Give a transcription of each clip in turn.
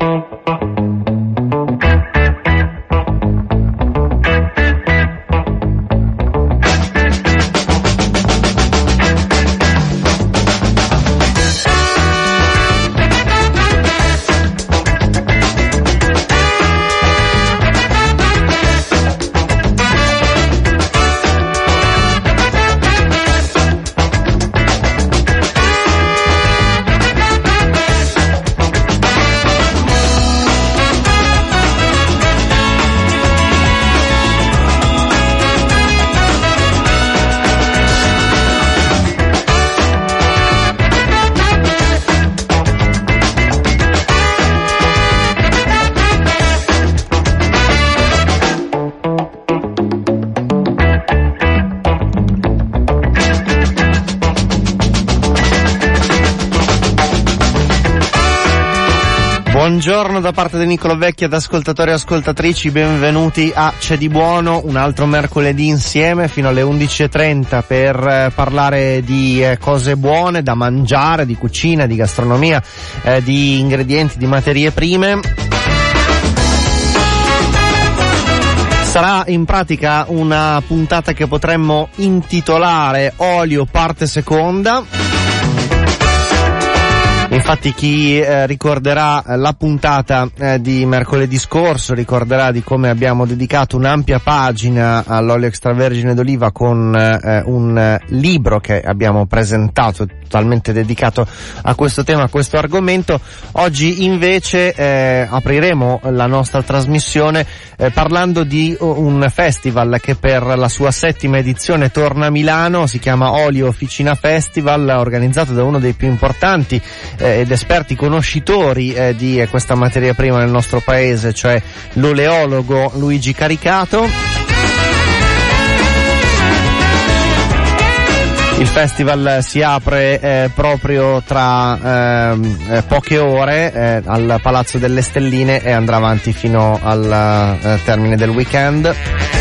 Buongiorno da parte di Niccolò Vecchi ad ascoltatori e ascoltatrici, benvenuti a C'è di buono, un altro mercoledì insieme fino alle 11.30 per parlare di cose buone da mangiare, di cucina, di gastronomia, di ingredienti, di materie prime. Sarà in pratica una puntata che potremmo intitolare Olio parte seconda. Infatti chi ricorderà la puntata di mercoledì scorso ricorderà di come abbiamo dedicato un'ampia pagina all'olio extravergine d'oliva con un libro che abbiamo presentato totalmente dedicato a questo tema, a questo argomento. Oggi invece apriremo la nostra trasmissione parlando di un festival che per la sua 7ª edizione torna a Milano, si chiama Olio Officina Festival, organizzato da uno dei più importanti ed esperti conoscitori di questa materia prima nel nostro paese, cioè l'oleologo Luigi Caricato. Il festival si apre proprio tra poche ore al Palazzo delle Stelline e andrà avanti fino al termine del weekend.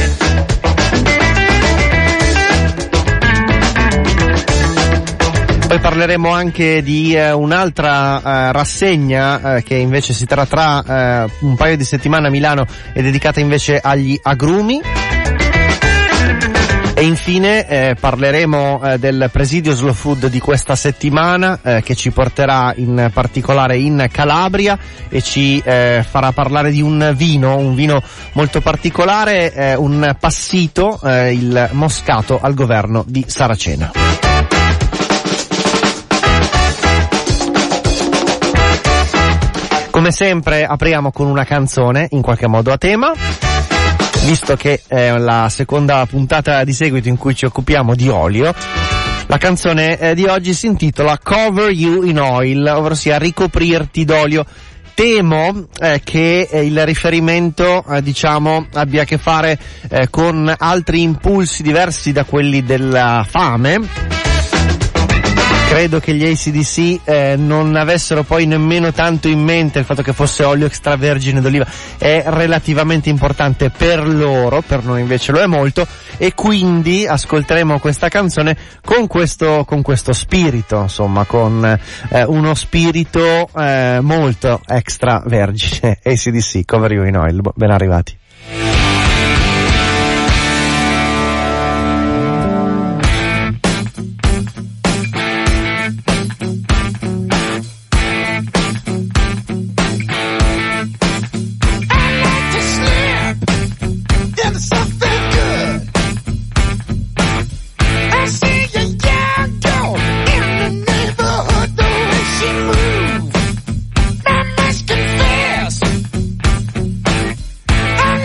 Poi parleremo anche di un'altra rassegna che invece si terrà tra un paio di settimane a Milano e dedicata invece agli agrumi. E infine parleremo del presidio Slow Food di questa settimana che ci porterà in particolare in Calabria e ci farà parlare di un vino molto particolare, un passito, il Moscato al governo di Saracena. Come sempre apriamo con una canzone, in qualche modo a tema, visto che è la seconda puntata di seguito in cui ci occupiamo di olio. La canzone di oggi si intitola Cover You in Oil, ovvero sia ricoprirti d'olio. Temo che il riferimento abbia a che fare con altri impulsi diversi da quelli della fame. Credo che gli AC/DC non avessero poi nemmeno tanto in mente il fatto che fosse olio extravergine d'oliva. È relativamente importante per loro, per noi invece lo è molto, e quindi ascolteremo questa canzone con questo spirito, insomma, con uno spirito molto extravergine. AC/DC, Cover You in Oil, ben arrivati. I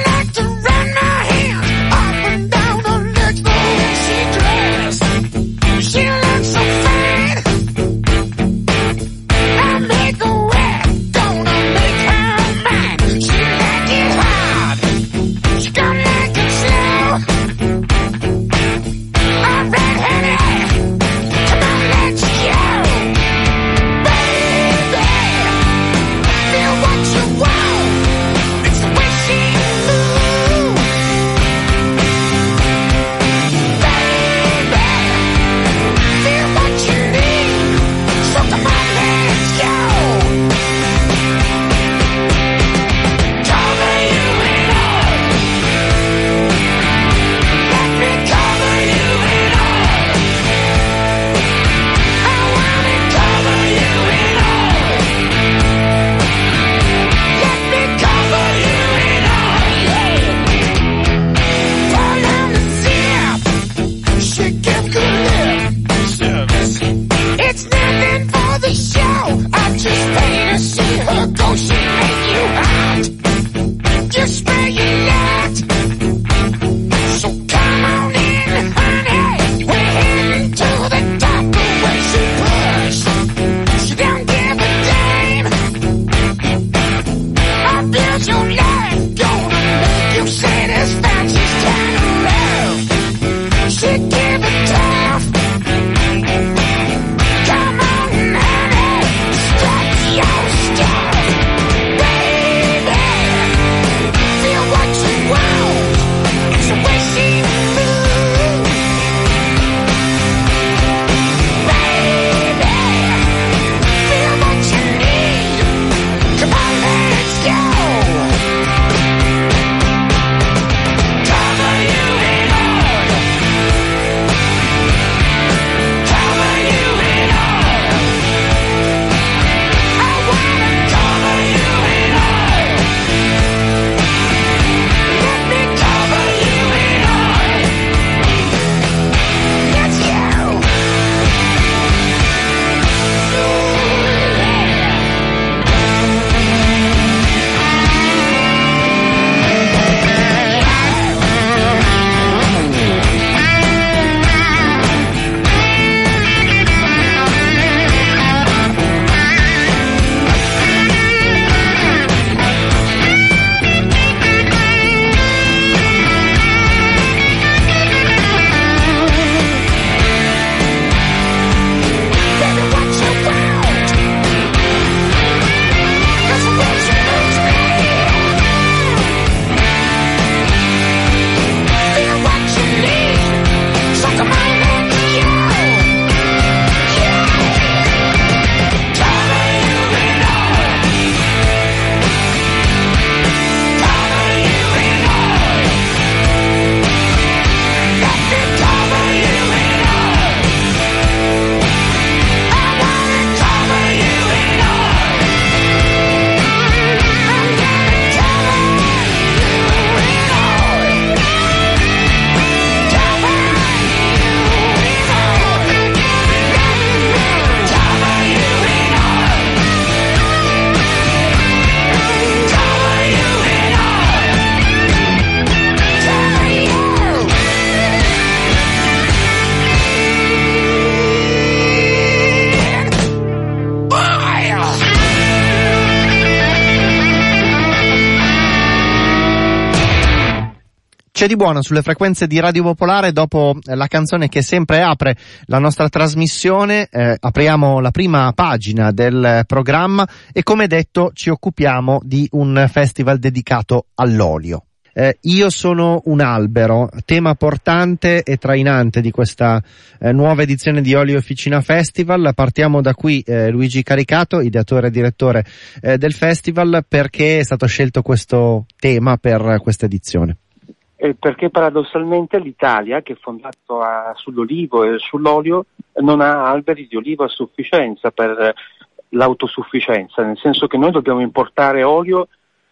C'è di buono sulle frequenze di Radio Popolare. Dopo la canzone che sempre apre la nostra trasmissione, apriamo la prima pagina del programma e, come detto, ci occupiamo di un festival dedicato all'olio. Io sono un albero, tema portante e trainante di questa nuova edizione di Olio Officina Festival. Partiamo da qui, Luigi Caricato, ideatore e direttore del festival. Perché è stato scelto questo tema per questa edizione? Perché paradossalmente l'Italia, che è fondata sull'olivo e sull'olio, non ha alberi di olivo a sufficienza per l'autosufficienza, nel senso che noi dobbiamo importare olio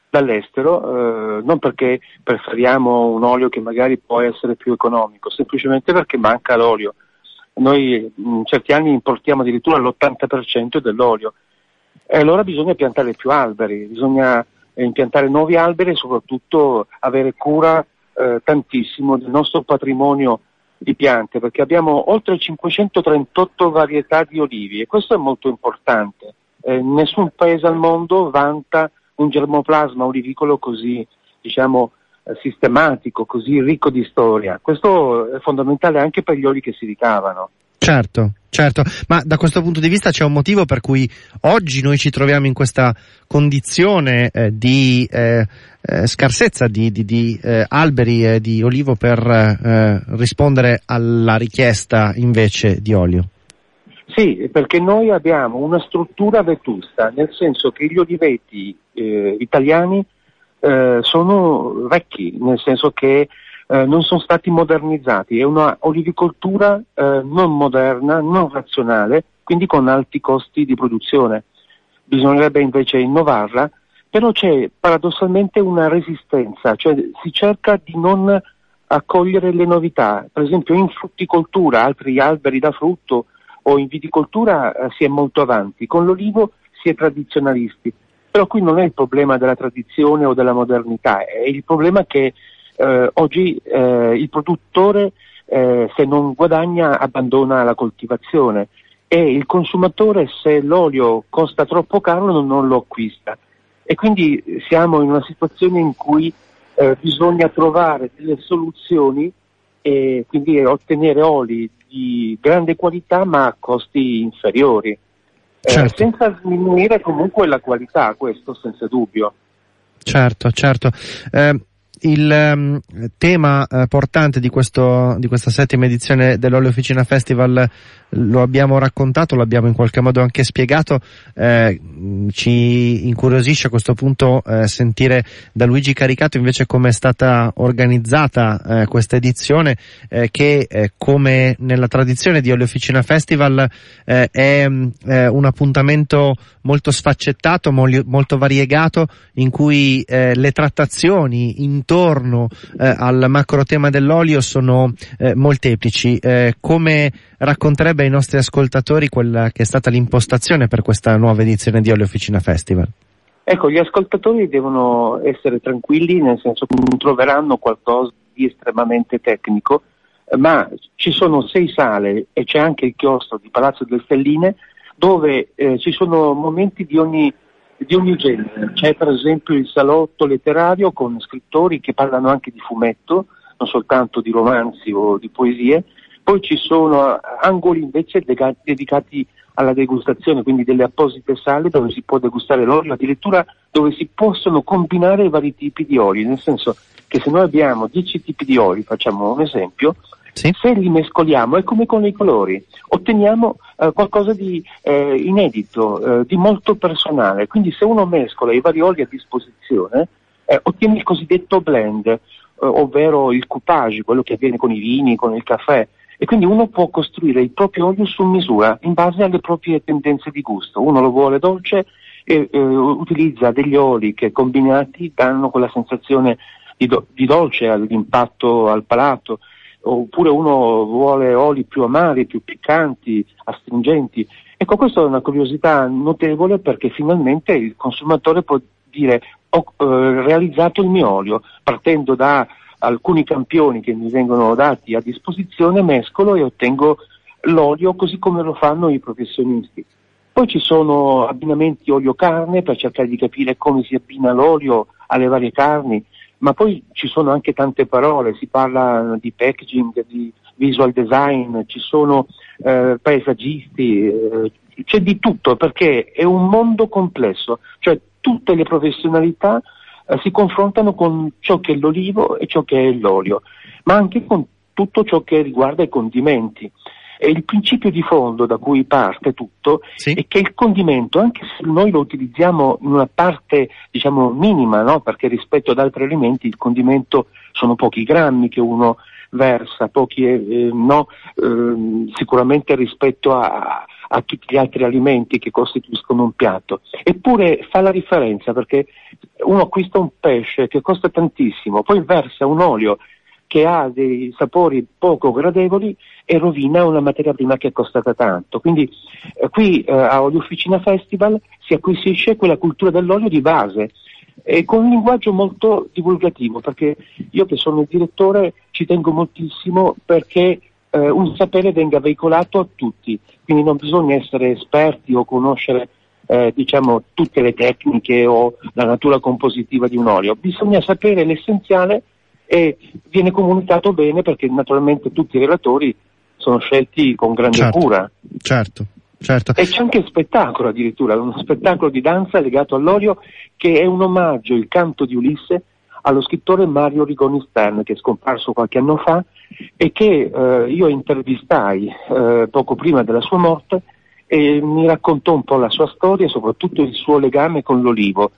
dall'estero, non perché preferiamo un olio che magari può essere più economico, semplicemente perché manca l'olio. Noi in certi anni importiamo addirittura l'80% dell'olio, e allora bisogna piantare più alberi, bisogna impiantare nuovi alberi e soprattutto avere cura tantissimo del nostro patrimonio di piante, perché abbiamo oltre 538 varietà di olivi e questo è molto importante. Nessun paese al mondo vanta un germoplasma olivicolo così, sistematico, così ricco di storia. Questo è fondamentale anche per gli oli che si ricavano. Certo, ma da questo punto di vista c'è un motivo per cui oggi noi ci troviamo in questa condizione di scarsezza di alberi di olivo per rispondere alla richiesta invece di olio. Sì, perché noi abbiamo una struttura vetusta, nel senso che gli oliveti italiani sono vecchi, nel senso che non sono stati modernizzati, è una olivicoltura non moderna, non razionale, quindi con alti costi di produzione. Bisognerebbe invece innovarla, però c'è paradossalmente una resistenza, cioè si cerca di non accogliere le novità. Per esempio in frutticoltura, altri alberi da frutto, o in viticoltura si è molto avanti, con l'olivo si è tradizionalisti. Però qui non è il problema della tradizione o della modernità, è il problema che oggi il produttore se non guadagna abbandona la coltivazione e il consumatore, se l'olio costa troppo caro, non lo acquista. E quindi siamo in una situazione in cui bisogna trovare delle soluzioni e quindi ottenere oli di grande qualità ma a costi inferiori, Certo. senza diminuire comunque la qualità, questo senza dubbio. Certo. Il tema portante di questa 7ª edizione dell'Olio Officina Festival lo abbiamo raccontato, l'abbiamo in qualche modo anche spiegato. Ci incuriosisce a questo punto sentire da Luigi Caricato invece come è stata organizzata questa edizione, che come nella tradizione di Olio Officina Festival è un appuntamento molto sfaccettato, molto variegato, in cui le trattazioni intorno al macro tema dell'olio sono molteplici. Come racconterebbe ai nostri ascoltatori quella che è stata l'impostazione per questa nuova edizione di Olio Officina Festival? Ecco, gli ascoltatori devono essere tranquilli, nel senso che non troveranno qualcosa di estremamente tecnico, ma ci sono 6 sale e c'è anche il chiostro di Palazzo del Stelline, dove ci sono momenti di ogni genere. C'è per esempio il salotto letterario con scrittori che parlano anche di fumetto, non soltanto di romanzi o di poesie. Poi ci sono angoli invece dedicati alla degustazione, quindi delle apposite sale dove si può degustare l'olio, addirittura dove si possono combinare i vari tipi di oli, nel senso che se noi abbiamo 10 tipi di oli, facciamo un esempio, Sì. Se li mescoliamo è come con i colori, otteniamo qualcosa di inedito, di molto personale. Quindi se uno mescola i vari oli a disposizione, ottiene il cosiddetto blend, ovvero il coupage, quello che avviene con i vini, con il caffè. E quindi uno può costruire il proprio olio su misura, in base alle proprie tendenze di gusto. Uno lo vuole dolce e utilizza degli oli che combinati danno quella sensazione di dolce, all'impatto al palato. Oppure uno vuole oli più amari, più piccanti, astringenti. Ecco, questa è una curiosità notevole, perché finalmente il consumatore può dire: ho realizzato il mio olio, partendo da alcuni campioni che mi vengono dati a disposizione, mescolo e ottengo l'olio così come lo fanno i professionisti. Poi ci sono abbinamenti olio-carne per cercare di capire come si abbina l'olio alle varie carni, ma poi ci sono anche tante parole, si parla di packaging, di visual design, ci sono paesaggisti, c'è di tutto, perché è un mondo complesso, cioè tutte le professionalità si confrontano con ciò che è l'olivo e ciò che è l'olio, ma anche con tutto ciò che riguarda i condimenti. E il principio di fondo da cui parte tutto Sì. è che il condimento, anche se noi lo utilizziamo in una parte diciamo minima, no? Perché rispetto ad altri alimenti il condimento sono pochi grammi che uno versa, pochi sicuramente rispetto a tutti gli altri alimenti che costituiscono un piatto. Eppure fa la differenza, perché uno acquista un pesce che costa tantissimo, poi versa un olio che ha dei sapori poco gradevoli e rovina una materia prima che è costata tanto. Quindi qui a Olio Officina Festival si acquisisce quella cultura dell'olio di base, e con un linguaggio molto divulgativo, perché io che sono il direttore ci tengo moltissimo perché un sapere venga veicolato a tutti, quindi non bisogna essere esperti o conoscere tutte le tecniche o la natura compositiva di un olio, bisogna sapere l'essenziale e viene comunicato bene, perché naturalmente tutti i relatori sono scelti con grande cura. Certo. E c'è anche spettacolo, addirittura, uno spettacolo di danza legato all'olio che è un omaggio, il canto di Ulisse, allo scrittore Mario Rigoni Stern, che è scomparso qualche anno fa e che io intervistai poco prima della sua morte, e mi raccontò un po' la sua storia e soprattutto il suo legame con l'olivo.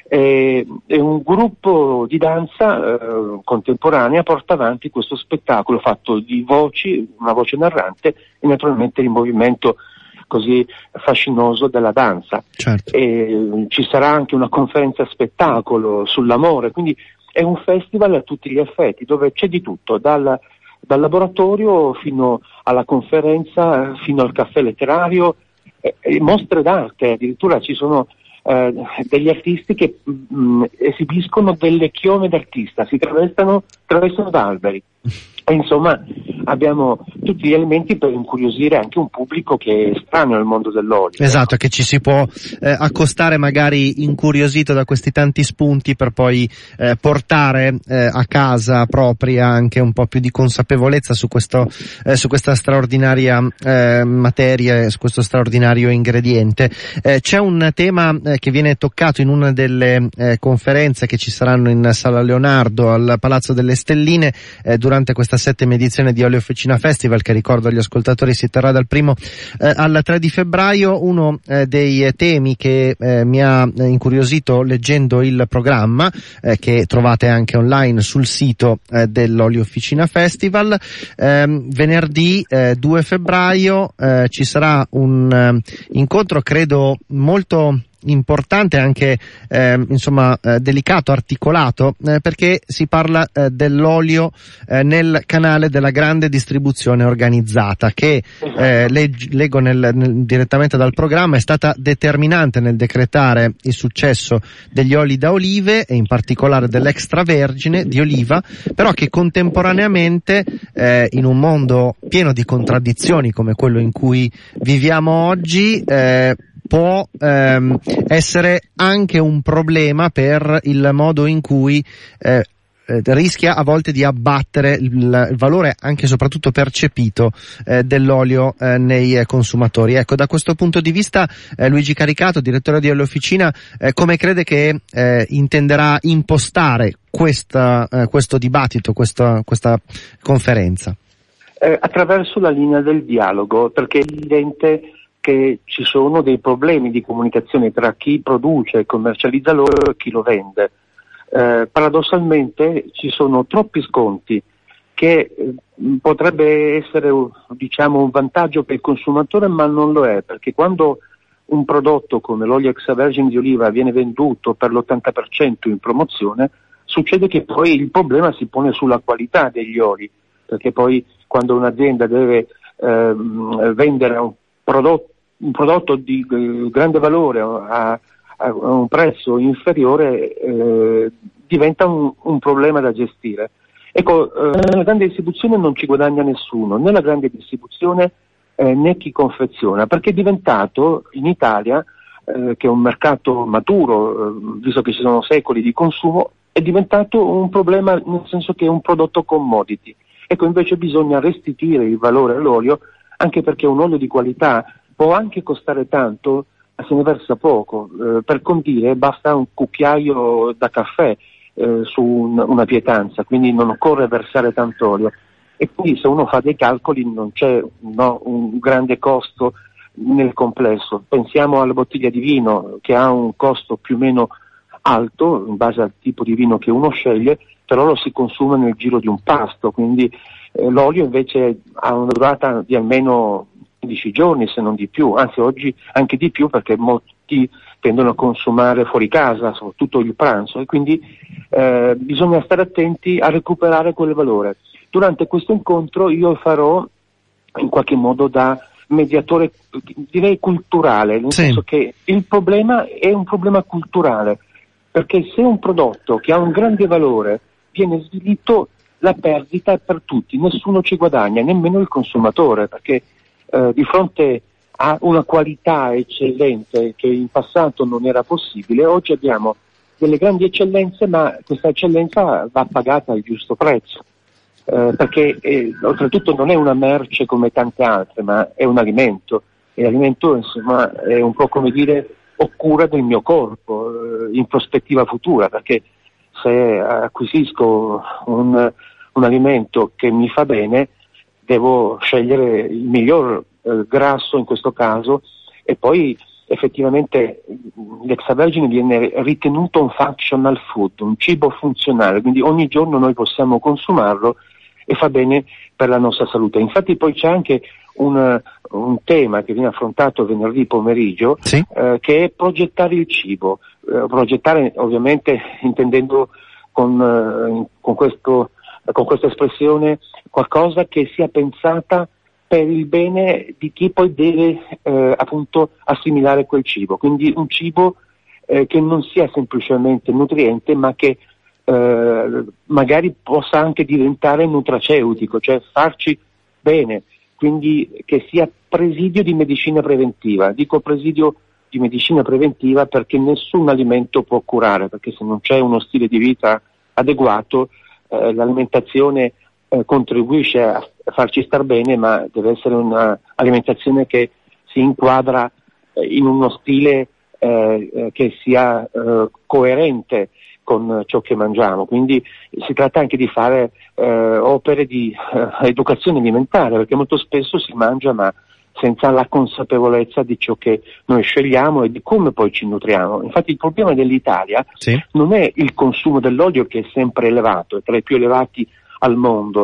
E un gruppo di danza contemporanea porta avanti questo spettacolo fatto di voci, una voce narrante e naturalmente il movimento così fascinoso della danza. Certo. E ci sarà anche una conferenza spettacolo sull'amore, quindi è un festival a tutti gli effetti, dove c'è di tutto, dal laboratorio fino alla conferenza, fino al caffè letterario, mostre d'arte, addirittura ci sono degli artisti che esibiscono delle chiome d'artista, si travestono da alberi. E insomma abbiamo tutti gli elementi per incuriosire anche un pubblico che è estraneo al mondo dell'olio. Esatto, che ci si può accostare magari incuriosito da questi tanti spunti per poi portare a casa propria anche un po' più di consapevolezza su questa straordinaria materia, su questo straordinario ingrediente. C'è un tema che viene toccato in una delle conferenze che ci saranno in Sala Leonardo al Palazzo delle Stelline durante questa 7ª edizione di Olio Officina Festival, che ricordo agli ascoltatori si terrà dal 1 al 3 di febbraio. Uno dei temi che mi ha incuriosito leggendo il programma, che trovate anche online sul sito dell'Olio Officina Festival, venerdì 2 febbraio ci sarà un incontro credo molto importante, anche delicato, articolato, perché si parla dell'olio nel canale della grande distribuzione organizzata, che leggo direttamente dal programma è stata determinante nel decretare il successo degli oli da olive e in particolare dell'extravergine di oliva, però che contemporaneamente in un mondo pieno di contraddizioni come quello in cui viviamo oggi può essere anche un problema per il modo in cui rischia a volte di abbattere il valore anche e soprattutto percepito dell'olio nei consumatori. Ecco, da questo punto di vista Luigi Caricato, direttore di Olio Officina, come crede che intenderà impostare questo dibattito, questa conferenza? Attraverso la linea del dialogo, perché è evidente che ci sono dei problemi di comunicazione tra chi produce e commercializza l'olio e chi lo vende. Paradossalmente ci sono troppi sconti che potrebbe essere un vantaggio per il consumatore, ma non lo è, perché quando un prodotto come l'olio extravergine di oliva viene venduto per l'80% in promozione, succede che poi il problema si pone sulla qualità degli oli, perché poi quando un'azienda deve vendere un prodotto di grande valore a un prezzo inferiore diventa un problema da gestire. Ecco, nella grande distribuzione non ci guadagna nessuno, né la grande distribuzione né chi confeziona, perché è diventato in Italia, che è un mercato maturo, visto che ci sono secoli di consumo, è diventato un problema nel senso che è un prodotto commodity. Ecco, invece bisogna restituire il valore all'olio, anche perché un olio di qualità può anche costare tanto, ma se ne versa poco. Per condire basta un cucchiaio da caffè su una pietanza, quindi non occorre versare tanto olio. E quindi se uno fa dei calcoli non c'è un grande costo nel complesso. Pensiamo alla bottiglia di vino, che ha un costo più o meno alto in base al tipo di vino che uno sceglie, però lo si consuma nel giro di un pasto, quindi l'olio invece ha una durata di almeno 15 giorni, se non di più, anzi oggi anche di più, perché molti tendono a consumare fuori casa, soprattutto il pranzo, e quindi bisogna stare attenti a recuperare quel valore. Durante questo incontro io farò in qualche modo da mediatore, direi culturale, nel senso che il problema è un problema culturale, perché se un prodotto che ha un grande valore viene svilito, la perdita è per tutti, nessuno ci guadagna, nemmeno il consumatore, perché di fronte a una qualità eccellente che in passato non era possibile, oggi abbiamo delle grandi eccellenze, ma questa eccellenza va pagata al giusto prezzo, perché oltretutto non è una merce come tante altre, ma è un alimento, e l'alimento insomma è un po' come dire ho cura del mio corpo in prospettiva futura, perché se acquisisco un alimento che mi fa bene, devo scegliere il miglior grasso in questo caso, e poi effettivamente l'extravergine viene ritenuto un functional food, un cibo funzionale, quindi ogni giorno noi possiamo consumarlo e fa bene per la nostra salute. Infatti poi c'è anche un tema che viene affrontato venerdì pomeriggio, che è progettare il cibo, progettare ovviamente intendendo con questa espressione qualcosa che sia pensata per il bene di chi poi deve appunto assimilare quel cibo, quindi un cibo che non sia semplicemente nutriente, ma che magari possa anche diventare nutraceutico, cioè farci bene, quindi che sia presidio di medicina preventiva. Dico presidio di medicina preventiva perché nessun alimento può curare, perché se non c'è uno stile di vita adeguato, l'alimentazione contribuisce a farci star bene, ma deve essere un'alimentazione che si inquadra in uno stile che sia coerente con ciò che mangiamo. Quindi si tratta anche di fare opere di educazione alimentare, perché molto spesso si mangia ma senza la consapevolezza di ciò che noi scegliamo e di come poi ci nutriamo. Infatti il problema dell'Italia non è il consumo dell'olio, che è sempre elevato, è tra i più elevati al mondo,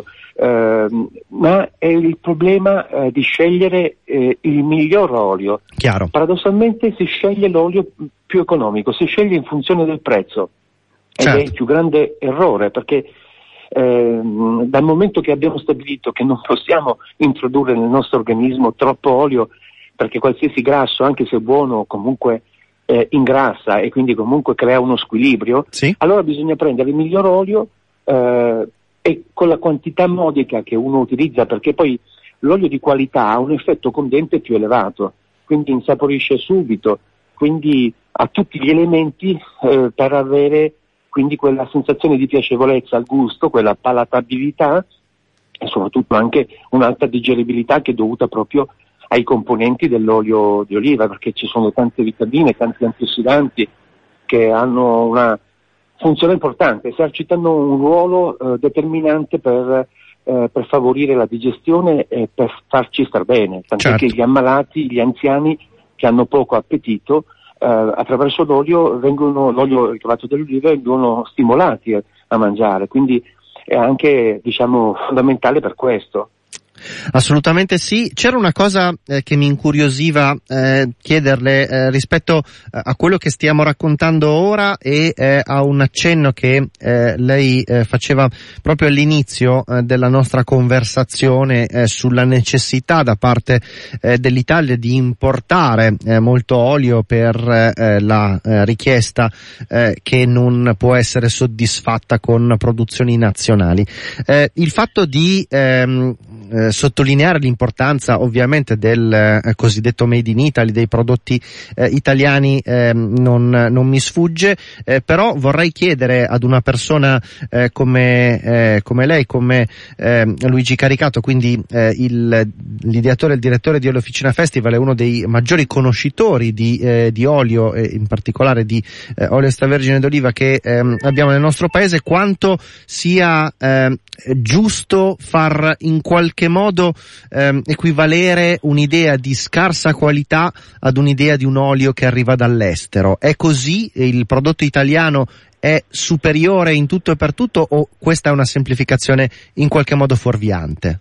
ma è il problema di scegliere il miglior olio. Chiaro. Paradossalmente si sceglie l'olio più economico, si sceglie in funzione del prezzo, ed è il più grande errore, perché dal momento che abbiamo stabilito che non possiamo introdurre nel nostro organismo troppo olio, perché qualsiasi grasso, anche se buono, comunque ingrassa e quindi comunque crea uno squilibrio, allora bisogna prendere il miglior olio e con la quantità modica che uno utilizza, perché poi l'olio di qualità ha un effetto condente più elevato, quindi insaporisce subito, quindi ha tutti gli elementi per avere quindi quella sensazione di piacevolezza al gusto, quella palatabilità e soprattutto anche un'alta digeribilità che è dovuta proprio ai componenti dell'olio di oliva, perché ci sono tante vitamine, tanti antiossidanti che hanno una funzione importante, esercitano un ruolo determinante per favorire la digestione e per farci star bene, tant'è che gli ammalati, gli anziani che hanno poco appetito, attraverso l'olio ritrovato dalle olive vengono stimolati a mangiare, quindi è anche fondamentale per questo. Assolutamente sì. C'era una cosa che mi incuriosiva chiederle rispetto a quello che stiamo raccontando ora e a un accenno che lei faceva proprio all'inizio della nostra conversazione sulla necessità da parte dell'Italia di importare molto olio per la richiesta che non può essere soddisfatta con produzioni nazionali. Il fatto di sottolineare l'importanza ovviamente del cosiddetto Made in Italy, dei prodotti italiani, non mi sfugge, però vorrei chiedere ad una persona come lei, come Luigi Caricato, quindi l'ideatore e il direttore di Olio Officina Festival, è uno dei maggiori conoscitori di olio e in particolare di olio extravergine d'oliva che abbiamo nel nostro paese, quanto sia giusto far in qualche modo equivalere un'idea di scarsa qualità ad un'idea di un olio che arriva dall'estero. È così? Il prodotto italiano è superiore in tutto e per tutto, o questa è una semplificazione in qualche modo fuorviante?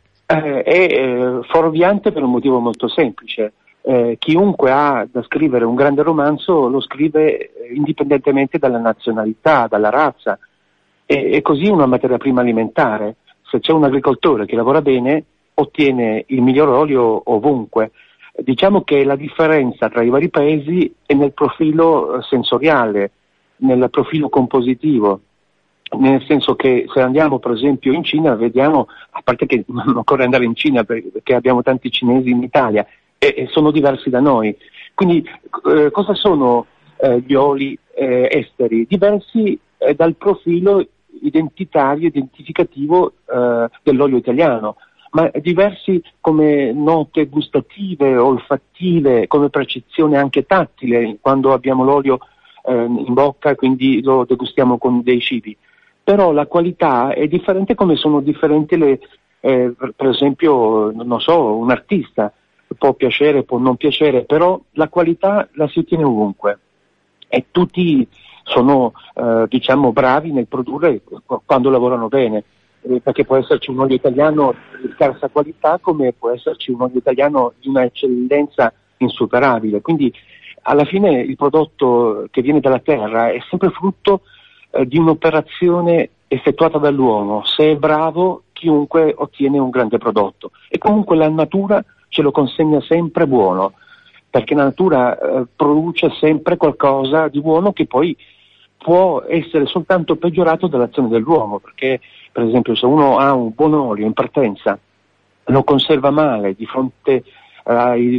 È fuorviante per un motivo molto semplice. Chiunque ha da scrivere un grande romanzo lo scrive indipendentemente dalla nazionalità, dalla razza, e così una materia prima alimentare. Se c'è un agricoltore che lavora bene, ottiene il miglior olio ovunque. Diciamo che la differenza tra i vari paesi è nel profilo sensoriale, nel profilo compositivo, nel senso che se andiamo per esempio in Cina vediamo, a parte che non occorre andare in Cina perché abbiamo tanti cinesi in Italia e sono diversi da noi, quindi cosa sono gli oli esteri? Diversi dal profilo identificativo dell'olio italiano, ma diversi come note gustative, olfattive, come percezione anche tattile quando abbiamo l'olio in bocca e quindi lo degustiamo con dei cibi. Però la qualità è differente, come sono differenti per esempio, non so, un artista può piacere, può non piacere, però la qualità la si ottiene ovunque e tutti sono bravi nel produrre quando lavorano bene, perché può esserci un olio italiano di scarsa qualità come può esserci un olio italiano di una eccellenza insuperabile. Quindi alla fine il prodotto che viene dalla terra è sempre frutto di un'operazione effettuata dall'uomo. Se è bravo, chiunque ottiene un grande prodotto, e comunque la natura ce lo consegna sempre buono, perché la natura produce sempre qualcosa di buono che poi può essere soltanto peggiorato dall'azione dell'uomo, perché per esempio se uno ha un buon olio in partenza, lo conserva male di fronte al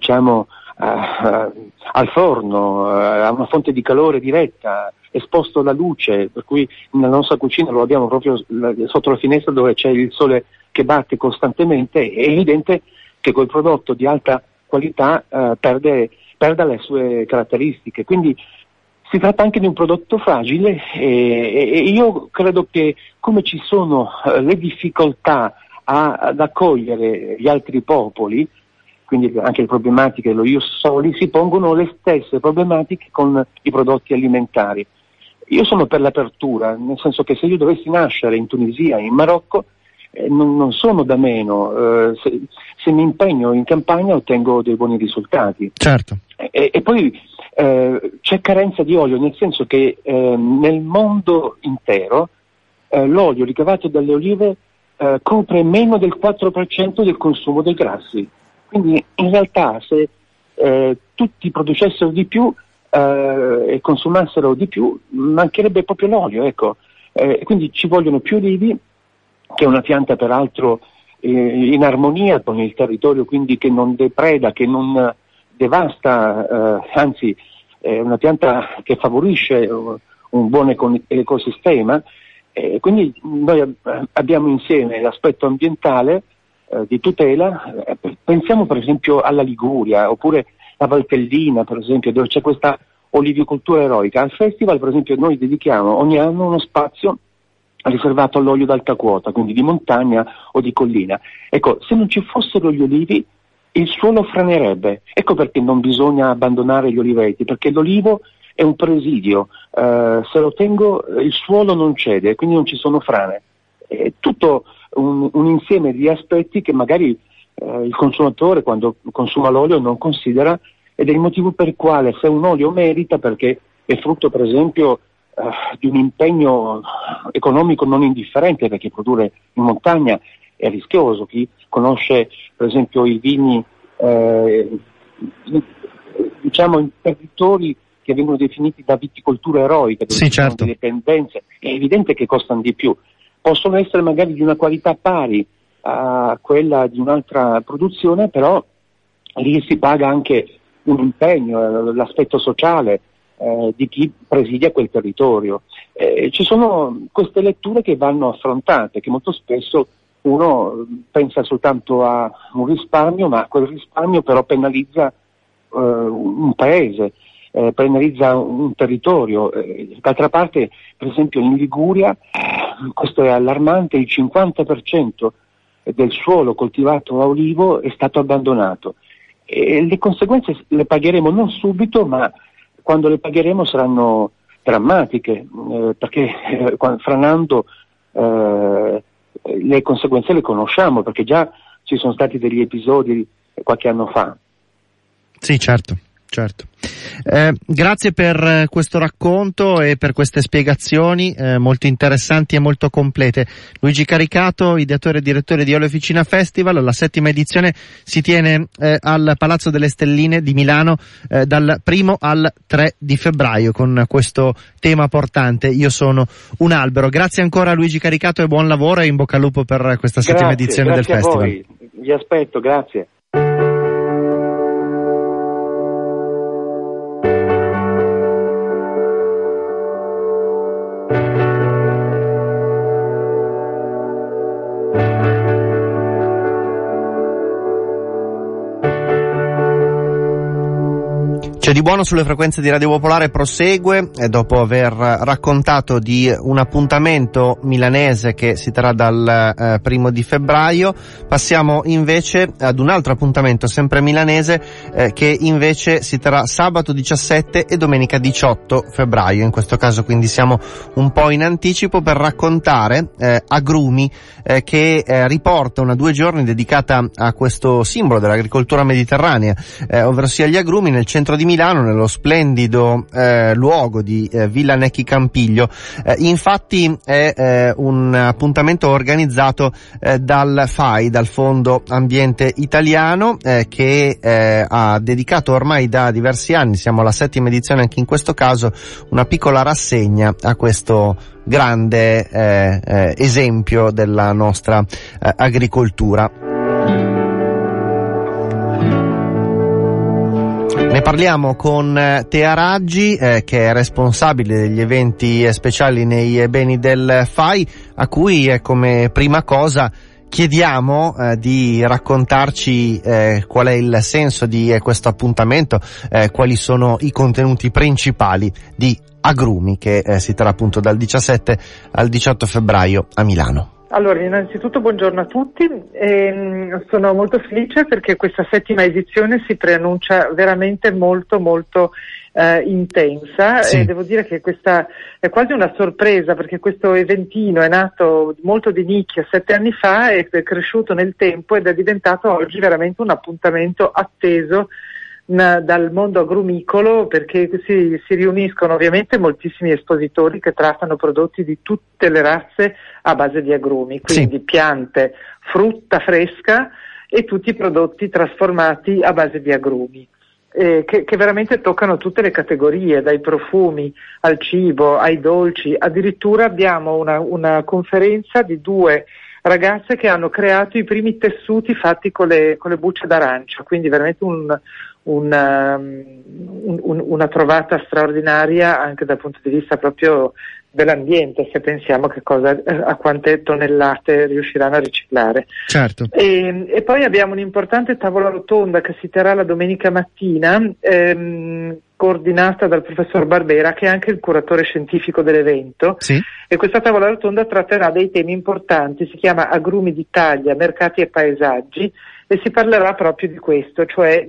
forno, a una fonte di calore diretta, esposto alla luce, per cui nella nostra cucina lo abbiamo proprio sotto la finestra dove c'è il sole che batte costantemente, è evidente che quel prodotto di alta qualità perda le sue caratteristiche. Quindi si tratta anche di un prodotto fragile e io credo che come ci sono le difficoltà ad accogliere gli altri popoli, quindi anche le problematiche dello ius soli, si pongono le stesse problematiche con i prodotti alimentari. Io sono per l'apertura, nel senso che se io dovessi nascere in Tunisia, in Marocco, non sono da meno, se mi impegno in campagna ottengo dei buoni risultati. Certo. E poi c'è carenza di olio, nel senso che nel mondo intero l'olio ricavato dalle olive copre meno del 4% del consumo dei grassi. Quindi in realtà se tutti producessero di più e consumassero di più, mancherebbe proprio l'olio, ecco. Quindi ci vogliono più olivi, che è una pianta peraltro in armonia con il territorio, quindi che non depreda, che non devasta, anzi è una pianta che favorisce un buon ecosistema. Quindi noi abbiamo insieme l'aspetto ambientale di tutela, pensiamo per esempio alla Liguria, oppure la Valtellina per esempio, dove c'è questa olivicoltura eroica. Al festival per esempio noi dedichiamo ogni anno uno spazio riservato all'olio d'alta quota, quindi di montagna o di collina. Ecco, se non ci fossero gli olivi il suolo franerebbe. Ecco perché non bisogna abbandonare gli oliveti, perché l'olivo è un presidio, se lo tengo il suolo non cede, quindi non ci sono frane. È tutto un insieme di aspetti che magari il consumatore quando consuma l'olio non considera, ed è il motivo per il quale se un olio merita, perché è frutto per esempio di un impegno economico non indifferente, perché produrre in montagna è rischioso. Chi conosce per esempio i vini imprenditori che vengono definiti da viticoltura eroica, dove ci sono delle pendenze, è evidente che costano di più. Possono essere magari di una qualità pari a quella di un'altra produzione, però lì si paga anche un impegno, l'aspetto sociale di chi presidia quel territorio. Ci sono queste letture che vanno affrontate, che molto spesso uno pensa soltanto a un risparmio, ma quel risparmio però penalizza un paese, penalizza un territorio. D'altra parte, per esempio in Liguria, questo è allarmante, il 50% del suolo coltivato a olivo è stato abbandonato. E le conseguenze le pagheremo non subito, ma quando le pagheremo saranno drammatiche, perché franando le conseguenze le conosciamo, perché già ci sono stati degli episodi qualche anno fa. Sì, certo. Grazie per questo racconto e per queste spiegazioni molto interessanti e molto complete. Luigi Caricato, ideatore e direttore di Olio Officina Festival. La 7ª edizione si tiene al Palazzo delle Stelline di Milano dal 1 al 3 di febbraio con questo tema portante: Io sono un albero. Grazie ancora a Luigi Caricato e buon lavoro, e in bocca al lupo per questa 7ª edizione del festival. Grazie a voi, vi aspetto, grazie. C'è di buono sulle frequenze di Radio Popolare prosegue, e dopo aver raccontato di un appuntamento milanese che si terrà dal 1 di febbraio, passiamo invece ad un altro appuntamento sempre milanese che invece si terrà sabato 17 e domenica 18 febbraio. In questo caso quindi siamo un po' in anticipo per raccontare Agrumi, che riporta una 2 giorni dedicata a questo simbolo dell'agricoltura mediterranea, ovvero sia gli agrumi nel centro di Milano, Milano, nello splendido luogo di Villa Necchi Campiglio. Infatti è un appuntamento organizzato dal FAI, dal Fondo Ambiente Italiano, che ha dedicato ormai da diversi anni, siamo alla 7ª edizione anche in questo caso, una piccola rassegna a questo grande esempio della nostra agricoltura. Ne parliamo con Tea Raggi, che è responsabile degli eventi speciali nei beni del FAI, a cui come prima cosa chiediamo di raccontarci qual è il senso di questo appuntamento, quali sono i contenuti principali di Agrumi, che si terrà appunto dal 17 al 18 febbraio a Milano. Allora, innanzitutto buongiorno a tutti, sono molto felice perché questa 7ª edizione si preannuncia veramente molto intensa, sì. E devo dire che questa è quasi una sorpresa, perché questo eventino è nato molto di nicchia 7 anni fa, è cresciuto nel tempo ed è diventato oggi veramente un appuntamento atteso dal mondo agrumicolo, perché si riuniscono ovviamente moltissimi espositori che trattano prodotti di tutte le razze a base di agrumi, quindi sì, piante, frutta fresca e tutti i prodotti trasformati a base di agrumi, che veramente toccano tutte le categorie, dai profumi al cibo, ai dolci. Addirittura abbiamo una conferenza di 2 ragazze che hanno creato i primi tessuti fatti con le bucce d'arancia, quindi veramente una trovata straordinaria anche dal punto di vista proprio dell'ambiente, se pensiamo a quante tonnellate riusciranno a riciclare. Certo. E poi abbiamo un'importante tavola rotonda che si terrà la domenica mattina, coordinata dal professor Barbera, che è anche il curatore scientifico dell'evento. Sì. E questa tavola rotonda tratterà dei temi importanti, si chiama Agrumi d'Italia, mercati e paesaggi, e si parlerà proprio di questo, cioè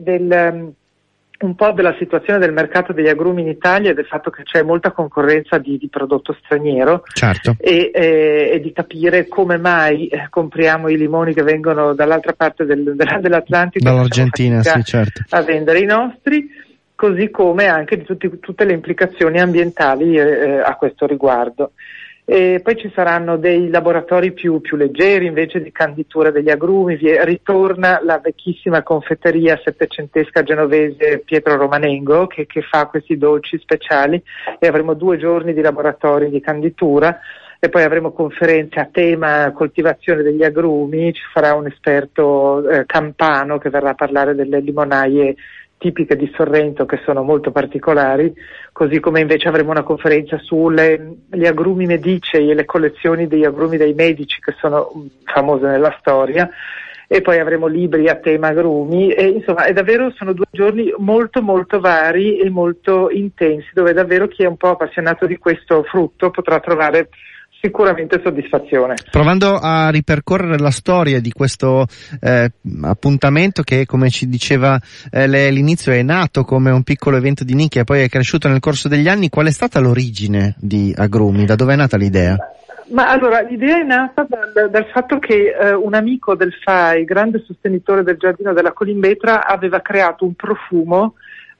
un po' della situazione del mercato degli agrumi in Italia e del fatto che c'è molta concorrenza di prodotto straniero. Certo. E di capire come mai compriamo i limoni che vengono dall'altra parte dell'Atlantico, dall'Argentina, sì, certo, a vendere i nostri, così come anche di tutte le implicazioni ambientali a questo riguardo. E poi ci saranno dei laboratori più leggeri invece di canditura degli agrumi, ritorna la vecchissima confetteria settecentesca genovese Pietro Romanengo che fa questi dolci speciali, e avremo 2 giorni di laboratori di canditura, e poi avremo conferenze a tema coltivazione degli agrumi, ci farà un esperto campano che verrà a parlare delle limonaie tipiche di Sorrento, che sono molto particolari, così come invece avremo una conferenza sugli agrumi medicei e le collezioni degli agrumi dei medici, che sono famose nella storia, e poi avremo libri a tema agrumi, e insomma sono 2 giorni molto vari e molto intensi, dove davvero chi è un po' appassionato di questo frutto potrà trovare sicuramente soddisfazione. Provando a ripercorrere la storia di questo appuntamento, che come ci diceva lei all'inizio è nato come un piccolo evento di nicchia e poi è cresciuto nel corso degli anni, qual è stata l'origine di Agrumi? Da dove è nata l'idea? Ma allora, l'idea è nata dal fatto che un amico del FAI, grande sostenitore del Giardino della Colimbetra, aveva creato un profumo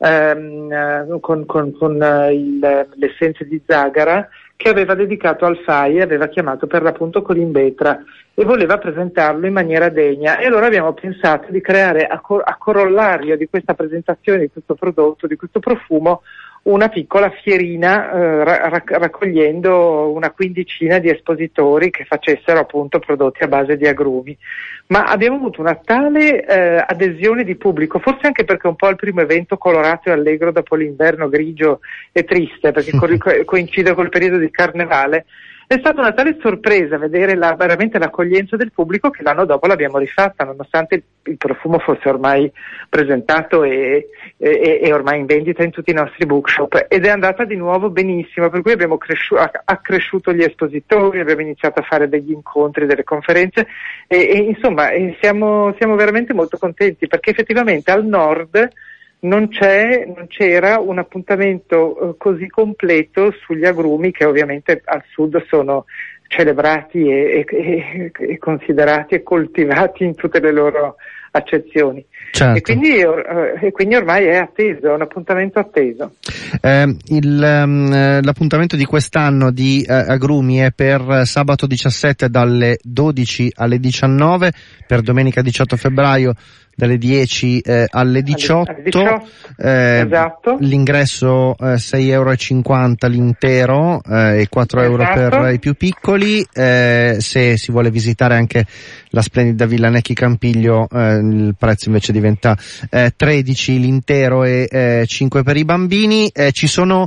con le essenze di zagara, che aveva dedicato al FAI e aveva chiamato per l'appunto Colimbetra, e voleva presentarlo in maniera degna. E allora abbiamo pensato di creare a corollario di questa presentazione di questo prodotto, di questo profumo, una piccola fierina raccogliendo una quindicina di espositori che facessero appunto prodotti a base di agrumi. Ma abbiamo avuto una tale adesione di pubblico, forse anche perché un po' il primo evento colorato e allegro dopo l'inverno grigio e triste, perché coincide col periodo di carnevale. È stata una tale sorpresa vedere veramente l'accoglienza del pubblico, che l'anno dopo l'abbiamo rifatta, nonostante il profumo fosse ormai presentato e ormai in vendita in tutti i nostri bookshop, ed è andata di nuovo benissimo, per cui abbiamo accresciuto gli espositori, abbiamo iniziato a fare degli incontri, delle conferenze insomma siamo veramente molto contenti, perché effettivamente al nord non c'era un appuntamento così completo sugli agrumi, che ovviamente al sud sono celebrati e considerati e coltivati in tutte le loro accezioni. Certo. E quindi ormai è atteso, è un appuntamento atteso. L'appuntamento di quest'anno di Agrumi è per sabato 17 dalle 12 alle 19, per domenica 18 febbraio dalle 10 alle 18. Esatto. L'ingresso €6,50 l'intero e €4 per i più piccoli. Se si vuole visitare anche la splendida Villa Necchi Campiglio, il prezzo invece diventa 13 l'intero e 5 per i bambini. Ci sono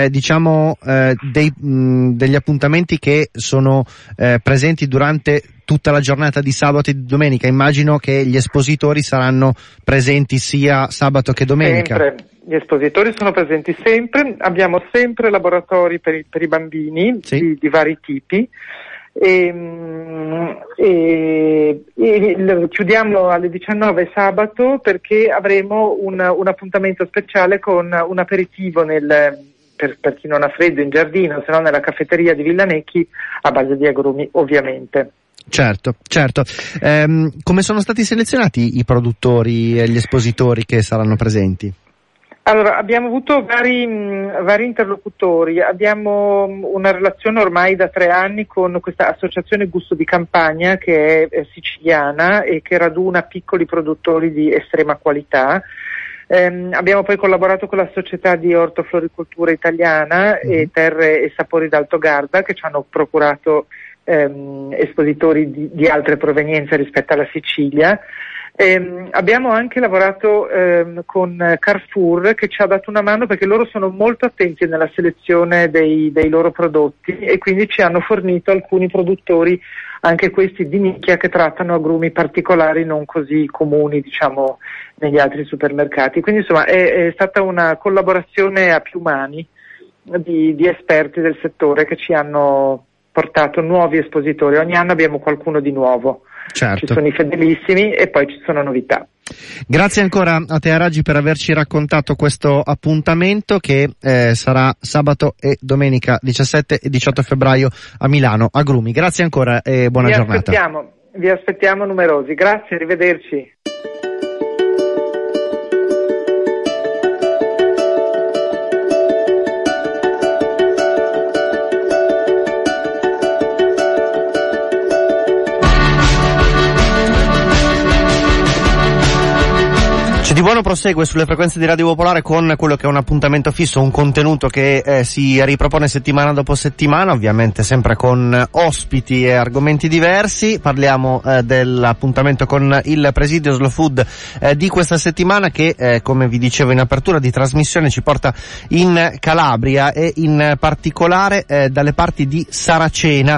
degli appuntamenti che sono presenti durante tutta la giornata di sabato e di domenica. Immagino che gli espositori saranno presenti sia sabato che domenica. Sempre. Gli espositori sono presenti sempre, abbiamo sempre laboratori per i bambini, sì, di vari tipi. Chiudiamo alle 19 sabato perché avremo un appuntamento speciale con un aperitivo per chi non ha freddo in giardino, se no nella caffetteria di Villa Necchi a base di agrumi, ovviamente. Certo. Come sono stati selezionati i produttori e gli espositori che saranno presenti? Allora, abbiamo avuto vari interlocutori, abbiamo una relazione ormai da 3 anni con questa associazione Gusto di Campagna che è siciliana e che raduna piccoli produttori di estrema qualità. Abbiamo poi collaborato con la società di ortofloricoltura italiana e Terre e Sapori d'Altogarda che ci hanno procurato espositori di altre provenienze rispetto alla Sicilia. Abbiamo anche lavorato con Carrefour che ci ha dato una mano perché loro sono molto attenti nella selezione dei loro prodotti e quindi ci hanno fornito alcuni produttori, anche questi di nicchia, che trattano agrumi particolari non così comuni, diciamo, negli altri supermercati. Quindi insomma è stata una collaborazione a più mani di esperti del settore che ci hanno portato nuovi espositori. Ogni anno abbiamo qualcuno di nuovo. Certo. Ci sono i fedelissimi e poi ci sono novità. Grazie ancora a te, Raggi, per averci raccontato questo appuntamento che sarà sabato e domenica 17 e 18 febbraio a Milano, Agrumi. Grazie ancora e buona giornata. Vi aspettiamo numerosi. Grazie, arrivederci. Di buono prosegue sulle frequenze di Radio Popolare con quello che è un appuntamento fisso, un contenuto che si ripropone settimana dopo settimana, ovviamente sempre con ospiti e argomenti diversi. Parliamo dell'appuntamento con il Presidio Slow Food di questa settimana che, come vi dicevo in apertura di trasmissione, ci porta in Calabria e in particolare dalle parti di Saracena,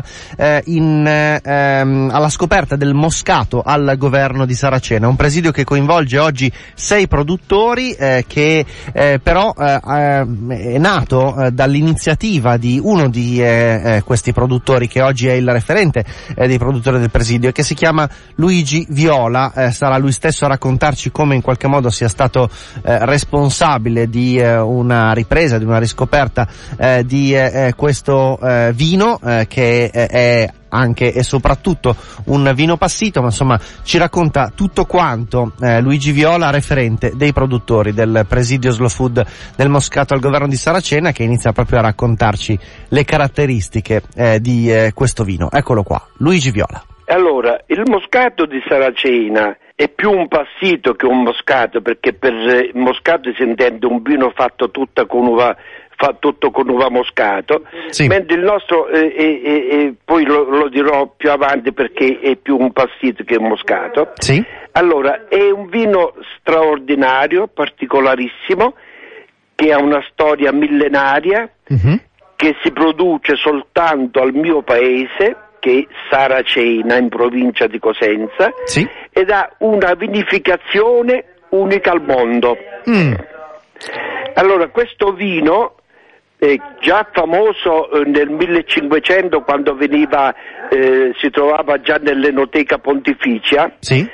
alla scoperta del moscato al governo di Saracena, un presidio che coinvolge oggi 6 produttori che però è nato dall'iniziativa di uno di questi produttori che oggi è il referente dei produttori del presidio e che si chiama Luigi Viola. Sarà lui stesso a raccontarci come in qualche modo sia stato responsabile di una ripresa, di una riscoperta di questo vino che è anche e soprattutto un vino passito, ma insomma ci racconta tutto quanto Luigi Viola, referente dei produttori del Presidio Slow Food del Moscato al governo di Saracena, che inizia proprio a raccontarci le caratteristiche di questo vino. Eccolo qua, Luigi Viola. Allora, il Moscato di Saracena è più un passito che un Moscato, perché per Moscato si intende un vino fatto tutto con uva Moscato, sì. Mentre il nostro poi lo dirò più avanti perché è più un passito che un Moscato. Sì. Allora, è un vino straordinario, particolarissimo, che ha una storia millenaria, che si produce soltanto al mio paese, che è Saracena, in provincia di Cosenza, sì. Ed ha una vinificazione unica al mondo. Allora, questo vino è già famoso nel 1500, quando si trovava già nell'Enoteca Pontificia, sì.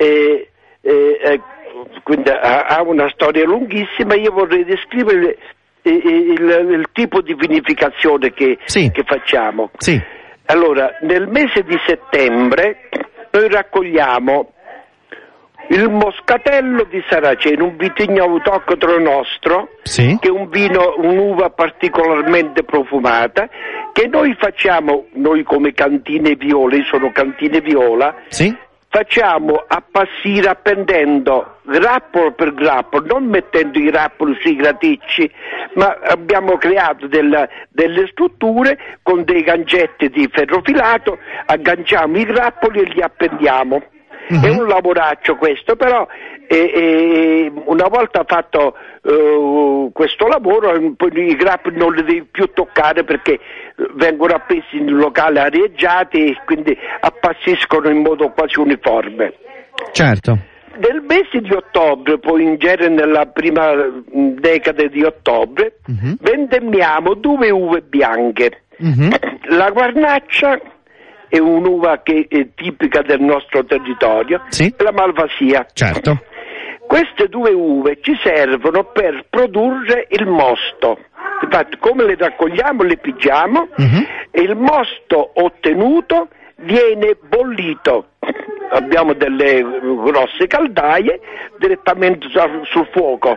Quindi ha una storia lunghissima. Io vorrei descrivere il tipo di vinificazione che facciamo. Sì. Allora, nel mese di settembre noi raccogliamo il Moscatello di Saraceno, un vitigno autoctono nostro, sì, che è un vino, un'uva particolarmente profumata, che noi facciamo, noi come Cantine Viola, io sono Cantine Viola, sì, facciamo appassire appendendo grappolo per grappolo, non mettendo i grappoli sui graticci, ma abbiamo creato delle strutture con dei gancetti di ferro filato, agganciamo i grappoli e li appendiamo. È un lavoraccio questo, però una volta fatto questo lavoro i grappoli non li devi più toccare perché vengono appesi in locali arieggiati e quindi appassiscono in modo quasi uniforme. Certo. Nel mese di ottobre, poi in genere nella prima decade di ottobre, vendemmiamo 2 uve bianche. La Guarnaccia è un'uva che è tipica del nostro territorio, sì, e la Malvasia. Certo. Queste 2 uve ci servono per produrre il mosto. Infatti, come le raccogliamo, le pigiamo e il mosto ottenuto viene bollito. Abbiamo delle grosse caldaie direttamente sul fuoco.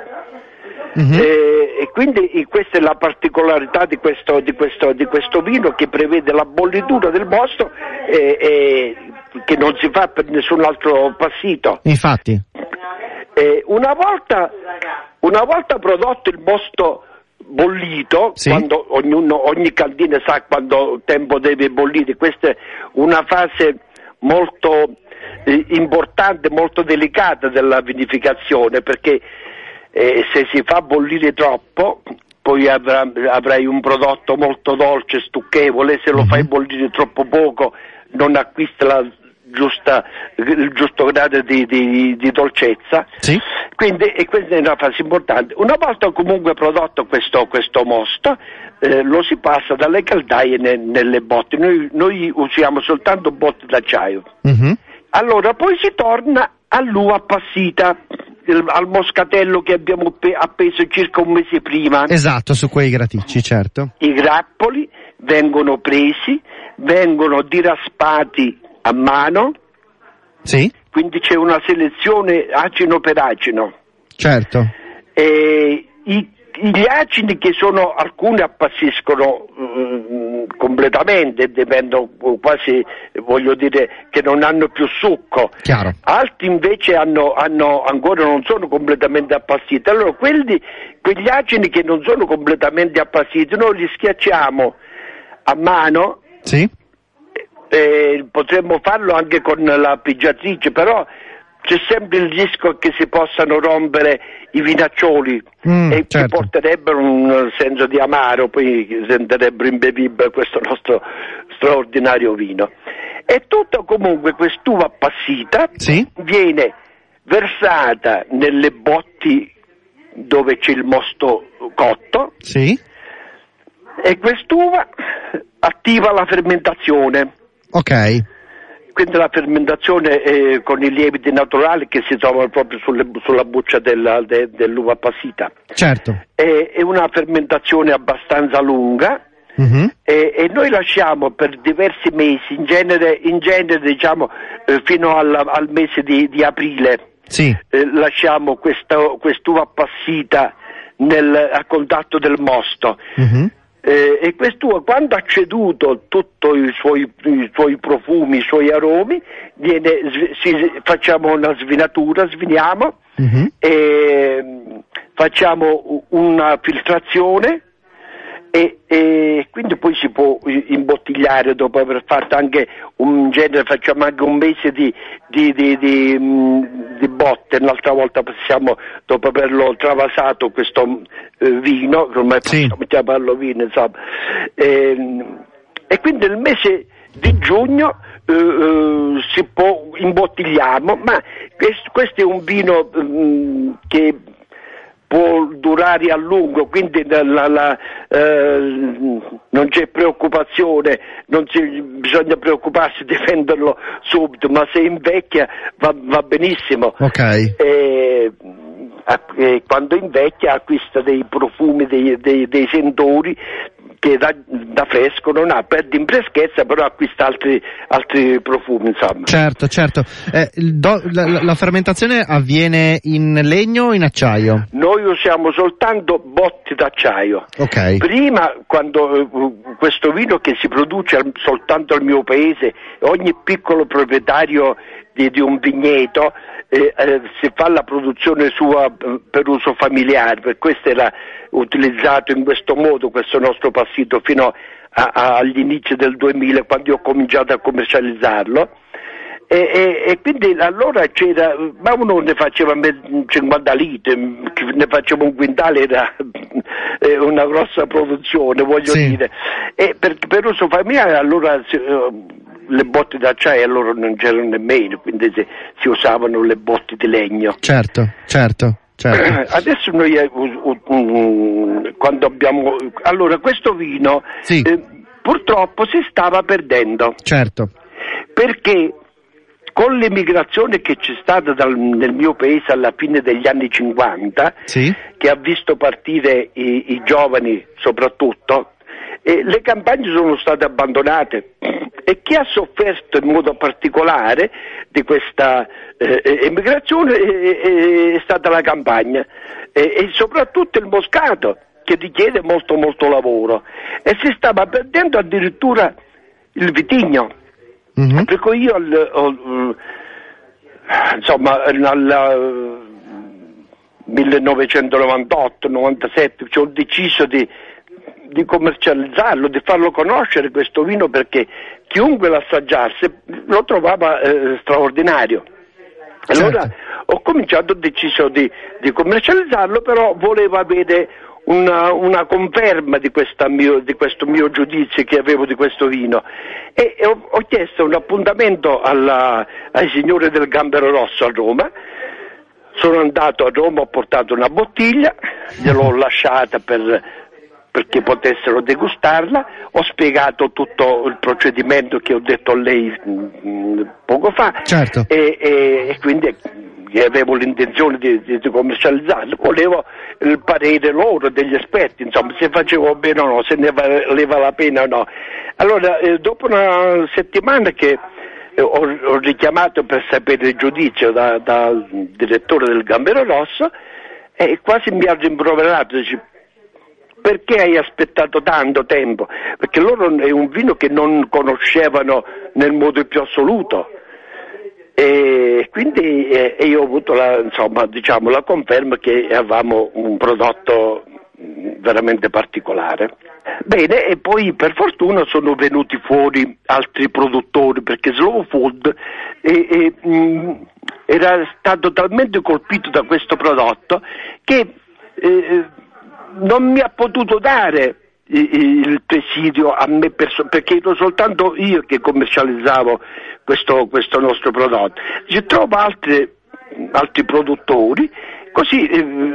E quindi questa è la particolarità di questo vino, che prevede la bollitura del mosto che non si fa per nessun altro passito. Infatti. Una volta prodotto il mosto bollito, sì, quando ogni candina sa quando tempo deve bollire, questa è una fase molto importante, molto delicata della vinificazione, perché se si fa bollire troppo poi avrai un prodotto molto dolce, stucchevole. Se lo fai bollire troppo poco non acquista il giusto grado di dolcezza. Sì. Quindi questa è una fase importante. Una volta comunque prodotto questo mosto, lo si passa dalle caldaie nelle botti. Noi usiamo soltanto botti d'acciaio. Allora poi si torna all'uva appassita, al moscatello che abbiamo appeso circa un mese prima. Esatto, su quei graticci, certo. I grappoli vengono presi, vengono diraspati a mano. Sì. Quindi c'è una selezione acino per acino. Certo. Gli acini che sono, alcuni appassiscono completamente, dipendono quasi, voglio dire, che non hanno più succo. Chiaro. Altri invece hanno ancora non sono completamente appassiti. Allora quegli acini che non sono completamente appassiti noi li schiacciamo a mano. Sì. Potremmo farlo anche con la pigiatrice, però c'è sempre il rischio che si possano rompere i vinaccioli e certo, che porterebbero un senso di amaro, poi renderebbero imbevibile questo nostro straordinario vino. E tutta comunque quest'uva appassita, sì, viene versata nelle botti dove c'è il mosto cotto, sì, e quest'uva attiva la fermentazione. Ok. Quindi la fermentazione con i lieviti naturali che si trovano proprio sulla buccia dell'uva appassita. Certo. È una fermentazione abbastanza lunga e noi lasciamo per diversi mesi, in genere diciamo fino al mese di aprile. Sì. Lasciamo quest'uva appassita a contatto del mosto. E quest'uva, quando ha ceduto tutti i suoi profumi, i suoi aromi, facciamo una svinatura, sviniamo, e facciamo una filtrazione e quindi poi si può imbottigliare dopo aver fatto anche un genere, facciamo anche un mese di botte. Un'altra volta passiamo, dopo averlo travasato questo vino, ormai possiamo chiamarlo vino, insomma, e quindi nel mese di giugno si può imbottigliamo, ma questo è un vino che può durare a lungo, quindi non c'è preoccupazione, bisogna preoccuparsi di venderlo subito, ma se invecchia va benissimo. Ok. quando invecchia acquista dei profumi, dei sentori che da fresco non ha, perde in freschezza, però acquista altri profumi, insomma. Certo. La fermentazione avviene in legno o in acciaio? Noi usiamo soltanto botti d'acciaio. Ok. Prima, quando questo vino che si produce soltanto al mio paese, ogni piccolo proprietario di un vigneto si fa la produzione sua per uso familiare, per questo era utilizzato in questo modo questo nostro passito fino agli inizi del 2000, quando ho cominciato a commercializzarlo, e quindi allora c'era, ma uno ne faceva 50 litri, ne faceva un quintale, era una grossa produzione, voglio dire, e per uso familiare allora le botti d'acciaio allora non c'erano nemmeno, quindi si usavano le botti di legno. Certo. Adesso noi quando abbiamo allora questo vino purtroppo si stava perdendo. Certo. Perché con l'emigrazione che c'è stata nel mio paese alla fine degli anni 50, che ha visto partire i giovani soprattutto, le campagne sono state abbandonate, e chi ha sofferto in modo particolare di questa emigrazione è stata la campagna, e soprattutto il moscato, che richiede molto molto lavoro, e si stava perdendo addirittura il vitigno. Mm-hmm. Per cui io nel 1998-97 ho deciso di commercializzarlo, di farlo conoscere questo vino, perché chiunque lo assaggiasse lo trovava straordinario. Allora ho deciso di commercializzarlo, però volevo avere una conferma di questo mio giudizio che avevo di questo vino, e ho chiesto un appuntamento ai signori del Gambero Rosso a Roma. Sono andato a Roma, ho portato una bottiglia, gliel'ho lasciata perché potessero degustarla, ho spiegato tutto il procedimento che ho detto a lei poco fa, e quindi avevo l'intenzione di commercializzarlo, volevo il parere loro, degli esperti, insomma, se facevo bene o no, se ne valeva la pena o no. Allora, dopo una settimana che ho richiamato per sapere il giudizio dal direttore del Gambero Rosso, e quasi mi ha rimproverato, dice: perché hai aspettato tanto tempo? Perché loro è un vino che non conoscevano nel modo più assoluto, e quindi io ho avuto la conferma che avevamo un prodotto veramente particolare. Bene, e poi per fortuna sono venuti fuori altri produttori, perché Slow Food era stato talmente colpito da questo prodotto che non mi ha potuto dare il presidio a me perché ero soltanto io che commercializzavo questo nostro prodotto. Si trova altri produttori, così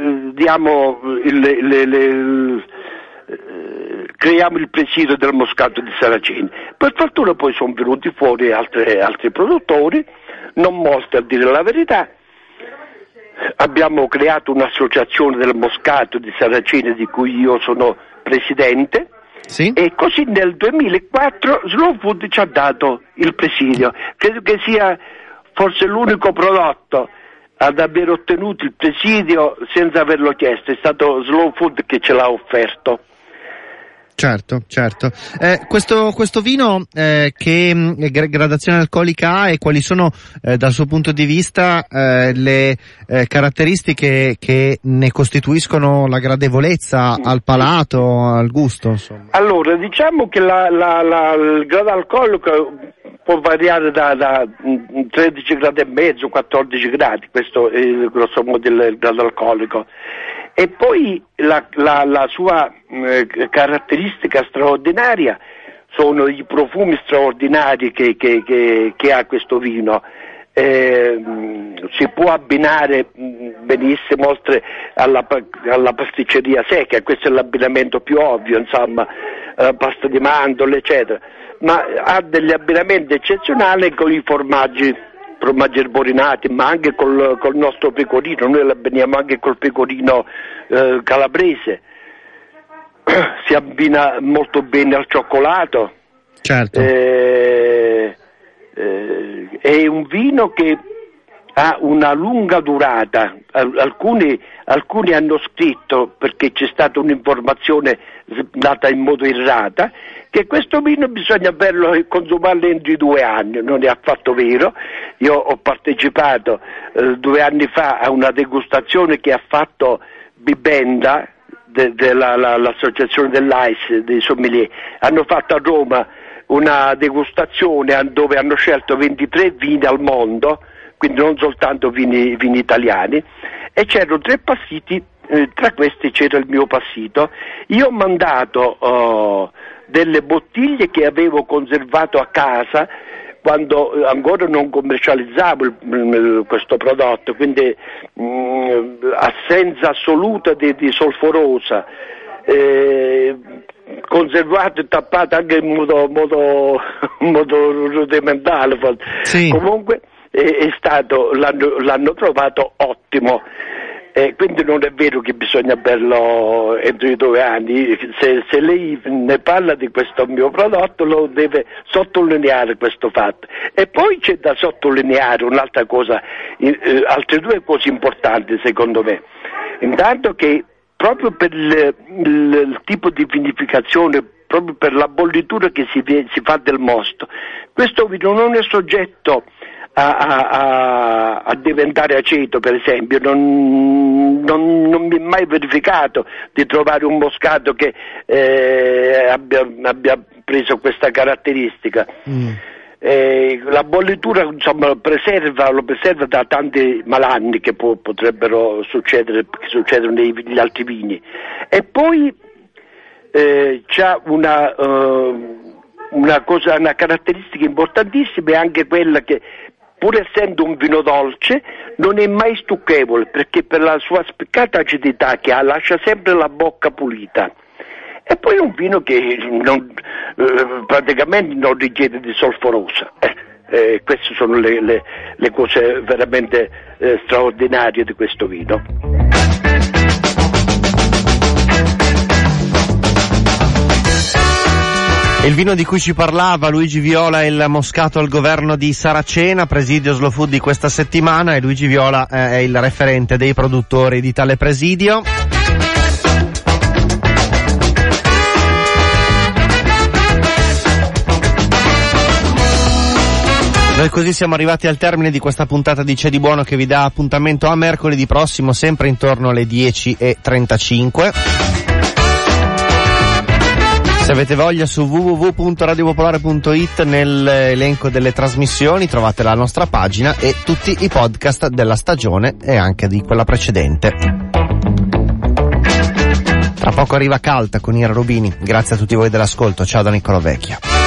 creiamo il presidio del moscato di Saraceni. Per fortuna poi sono venuti fuori altri produttori, non molti a dire la verità. Abbiamo creato un'associazione del moscato di Saraceni di cui io sono presidente, e così nel 2004 Slow Food ci ha dato il presidio. Credo che sia forse l'unico prodotto ad aver ottenuto il presidio senza averlo chiesto, è stato Slow Food che ce l'ha offerto. Certo. Questo vino che gradazione alcolica ha, e quali sono dal suo punto di vista le caratteristiche che ne costituiscono la gradevolezza al palato, al gusto, insomma? Allora, diciamo che il grado alcolico può variare da 13 gradi e mezzo, 14 gradi, questo è grosso modo il grado alcolico. E poi la sua caratteristica straordinaria sono i profumi straordinari che ha questo vino. Si può abbinare benissimo, oltre alla pasticceria secca, questo è l'abbinamento più ovvio, insomma, pasta di mandorle eccetera, ma ha degli abbinamenti eccezionali con i formaggi formaggi erborinati, ma anche col nostro pecorino. Noi l'abbiniamo anche col pecorino calabrese. Si abbina molto bene al cioccolato. Certo. È un vino che ha una lunga durata. Alcuni hanno scritto, perché c'è stata un'informazione data in modo errata, che questo vino bisogna averlo e consumarlo entro i 2 anni. Non è affatto vero. Io ho partecipato 2 anni fa a una degustazione che ha fatto Bibenda, l'associazione dell'AIS, dei sommelier. Hanno fatto a Roma una degustazione dove hanno scelto 23 vini al mondo, quindi non soltanto vini italiani, e c'erano 3 passiti, tra questi c'era il mio passito. Io ho mandato delle bottiglie che avevo conservato a casa quando ancora non commercializzavo questo prodotto, quindi assenza assoluta di solforosa, conservato e tappato anche in modo rudimentale. Sì. Comunque l'hanno trovato ottimo. Quindi non è vero che bisogna berlo entro i 2 anni. Se lei ne parla di questo mio prodotto, lo deve sottolineare questo fatto. E poi c'è da sottolineare un'altra cosa, altre 2 cose importanti secondo me. Intanto che proprio per il tipo di vinificazione, proprio per la bollitura che si fa del mosto, questo vino non è soggetto a diventare aceto, per esempio. Non mi è mai verificato di trovare un moscato che abbia preso questa caratteristica. La bollitura, insomma, lo preserva da tanti malanni che potrebbero succedere, che succedono negli altri vini. E poi c'ha una caratteristica importantissima, è anche quella che, pur essendo un vino dolce, non è mai stucchevole, perché per la sua spiccata acidità che ha lascia sempre la bocca pulita. E poi è un vino che praticamente non richiede di solforosa. Queste sono le cose veramente straordinarie di questo vino. Il vino di cui ci parlava Luigi Viola è il Moscato al Governo di Saracena, presidio Slow Food di questa settimana, e Luigi Viola è il referente dei produttori di tale presidio. Noi così siamo arrivati al termine di questa puntata di C'è di Buono, che vi dà appuntamento a mercoledì prossimo, sempre intorno alle 10:35. Se avete voglia, su www.radiopopolare.it nell'elenco delle trasmissioni trovate la nostra pagina e tutti i podcast della stagione e anche di quella precedente. Tra poco arriva Calta con Ira Rubini. Grazie a tutti voi dell'ascolto. Ciao da Niccolo Vecchia.